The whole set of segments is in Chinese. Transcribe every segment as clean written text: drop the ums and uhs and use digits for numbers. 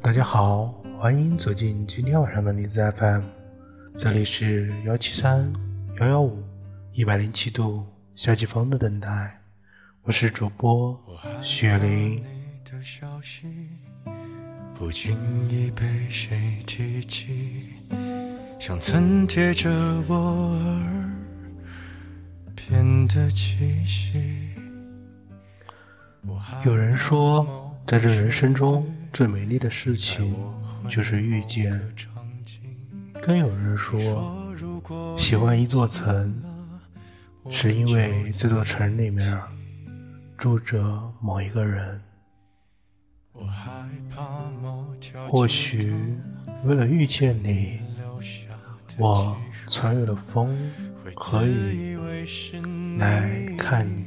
大家好，欢迎走进今天晚上的荔枝 FM， 这里是173115107夏季风的等待，我是主播雪梨。 不经意被谁提起，像曾贴着我耳边的气息。 有人说，在这人生中最美丽的事情就是遇见，更有人说，喜欢一座城是因为这座城里面住着某一个人。或许为了遇见你，我穿越了风和雨来看你。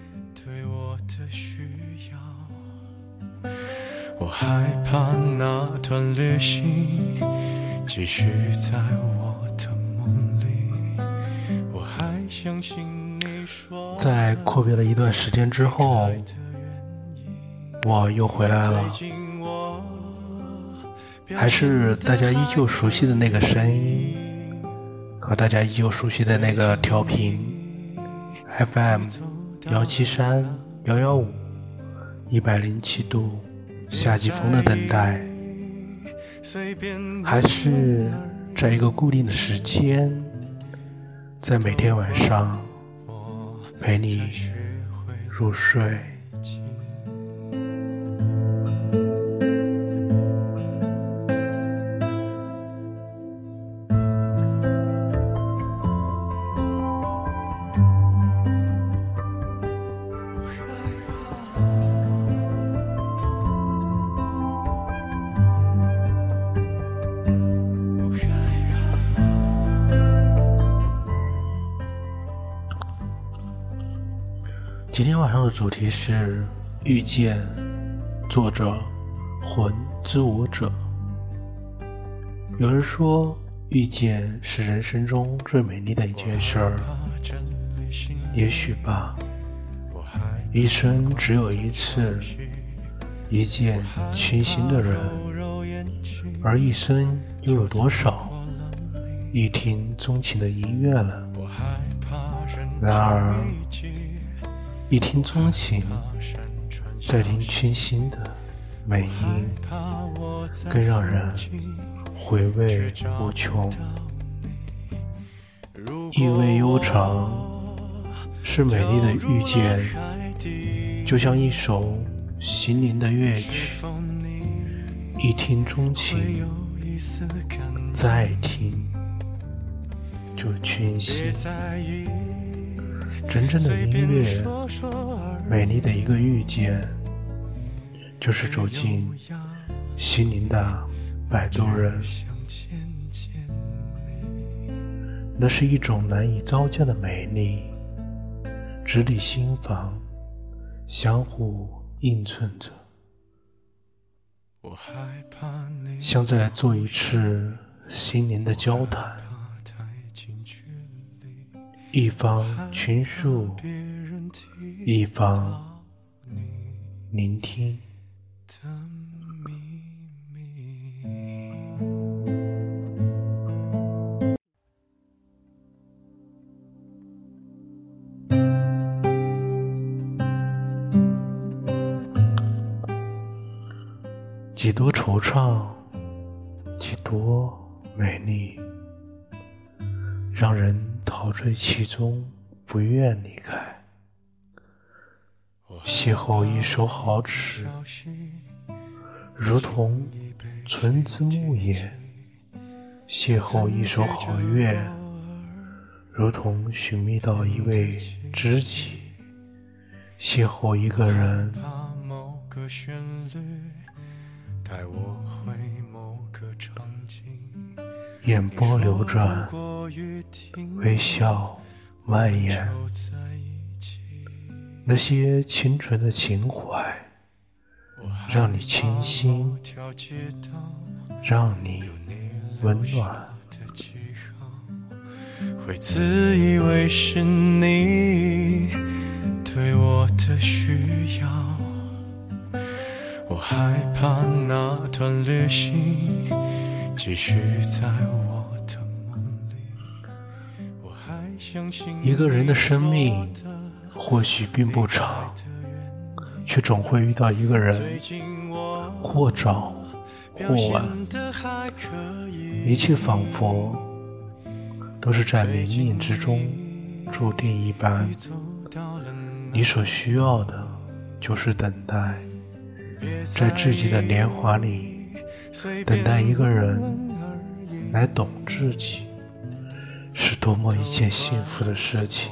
我害怕那段旅行继续在我的梦里，我还相信你说， 在阔别了一段时间之后，我又回来了，还是大家依旧熟悉的那个声音，和大家依旧熟悉的那个调频 FM173115107度夏季风的等待，还是在一个固定的时间，在每天晚上陪你入睡。今天晚上的主题是遇见，作者魂之舞者。有人说，遇见是人生中最美丽的一件事儿，也许吧，一生只有一次一见倾心的人，而一生又有多少一听钟情的音乐了？然而一听钟情，再听倾心的美音，更让人回味无穷。意味悠长，是美丽的遇见，就像一首心灵的乐曲，一听钟情，再听就倾心。真正的音乐，美丽的一个遇见，就是走进心灵的摆渡人。那是一种难以招架的美丽，直抵心房，相互映衬着，像在做一次心灵的交谈。一方倾诉，一方聆听。几多惆怅，几多美丽，让人陶醉其中，不愿离开。邂逅一首好词，如同春之牧野；邂逅一首好乐，如同寻觅到一位知己；邂逅一个人，眼波流转，微笑蔓延，那些清纯的情怀，让你倾心，让你温暖。 会自以为是你对我的需要，我害怕那段旅行继续在我的梦里，我还相信一个人的生命或许并不长，却总会遇到一个人，或早或晚，一切仿佛都是在冥冥之中注定一般。你所需要的就是等待，在自己的年华里等待一个人来懂自己，是多么一件幸福的事情。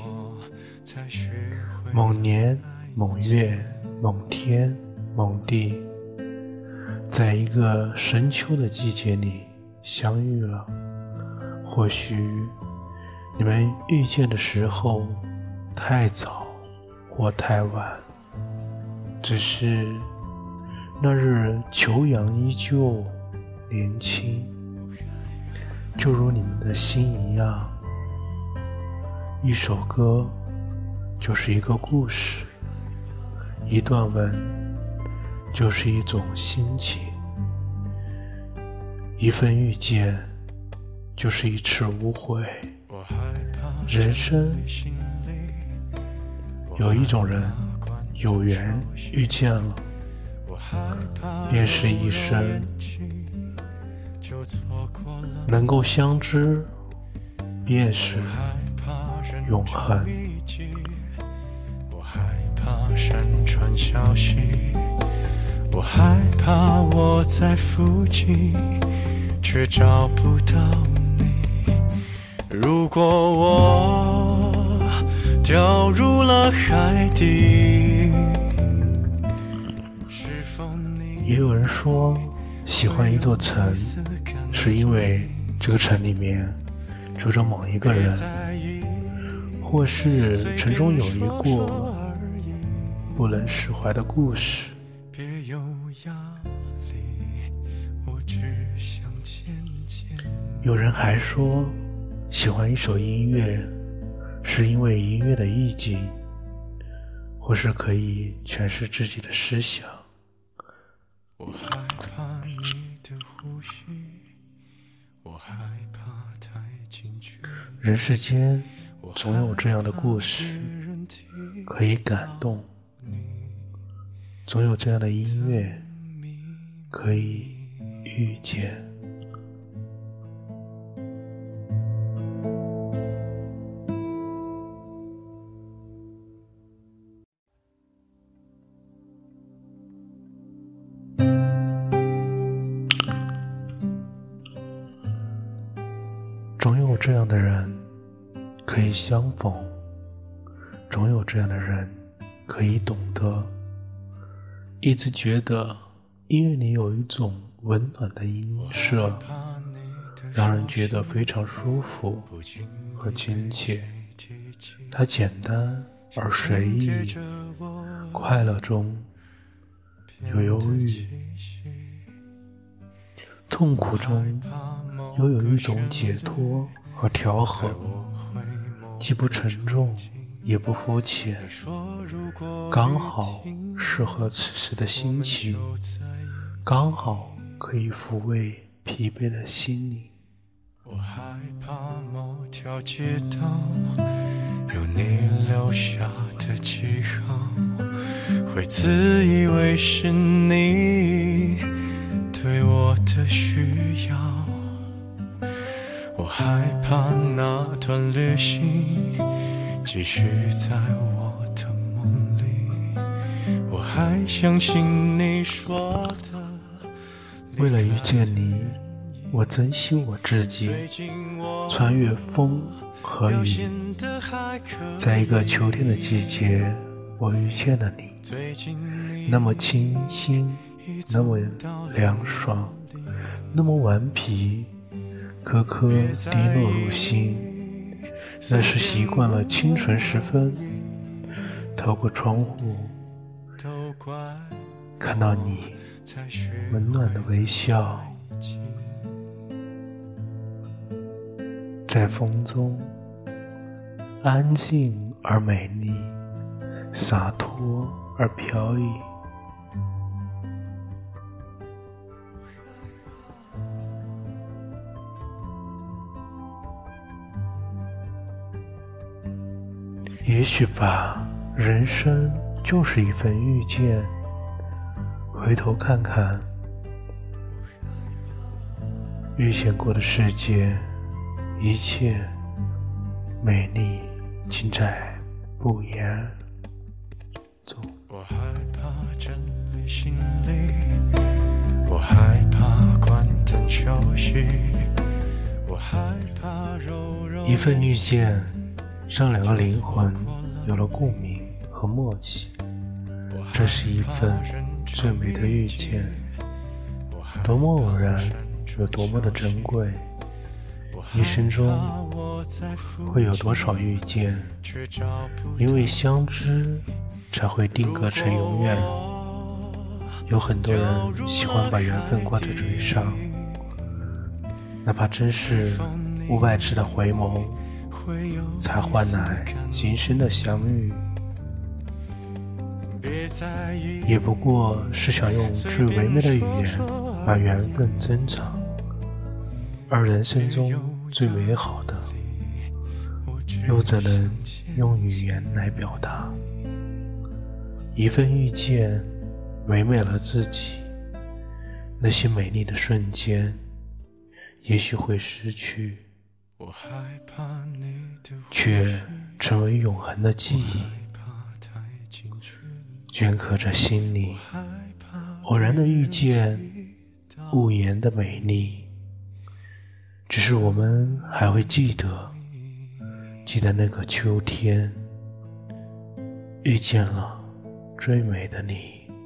某年某月某天某地，在一个深秋的季节里相遇了。或许你们遇见的时候太早或太晚，只是那日秋阳依旧年轻，就如你们的心一样。一首歌就是一个故事，一段文就是一种心情，一份遇见就是一次无悔。人生有一种人，有缘遇见了，便是一生，能够相知便是永恒。 我害怕山川消息，我害怕我在附近却找不到你。如果我掉入了海底，是否你也有人说喜欢一座城，是因为这个城里面住着某一个人，或是城中有一个不能释怀的故事。 别有压力，我只想渐渐。 有人还说喜欢一首音乐，是因为音乐的意境，或是可以诠释自己的思想。 我害怕你的呼吸，我害怕太近距离。 人世间总有这样的故事可以感动，总有这样的音乐可以遇见。总有这样的人可以相逢，总有这样的人可以懂得。一直觉得音乐里有一种温暖的音色，让人觉得非常舒服和亲切。它简单而随意，快乐中有忧郁，痛苦中又有一种解脱和调和，既不沉重也不肤浅，刚好适合此时的心情，刚好可以抚慰疲惫的心灵。 我害怕某条街道有你留下的记号，会自以为是你对我的需要。我害怕那段旅行继续在我的梦里，我还相信你说的。 为了遇见你，我珍惜我自己，穿越风和雨，在一个秋天的季节，我遇见了你，那么清新，那么凉爽，那么顽皮，颗颗滴落入心。那是习惯了清纯时分，透过窗户看到你温暖的微笑，在风中安静而美丽，洒脱而飘逸。 也许吧，人生就是一份遇见，回头看看遇见过的世界，一切美丽尽在不言中。 我害怕整理行李，我害怕关灯休息，我害怕柔柔一份遇见让两个灵魂有了共鸣和默契，这是一份最美的遇见，多么偶然，有多么的珍贵。一生中会有多少遇见，因为相知才会定格成永远。有很多人喜欢把缘分挂在嘴上，哪怕真是500次的回眸，才换来今生的相遇，也不过是想用最唯美的语言把缘分珍藏。而人生中最美好的，又怎能用语言来表达？一份遇见唯美了自己，那些美丽的瞬间也许会失去，却成为永恒的记忆，镌刻着心里。偶然的遇见，无言的美丽，只是我们还会记得那个秋天，遇见了最美的你。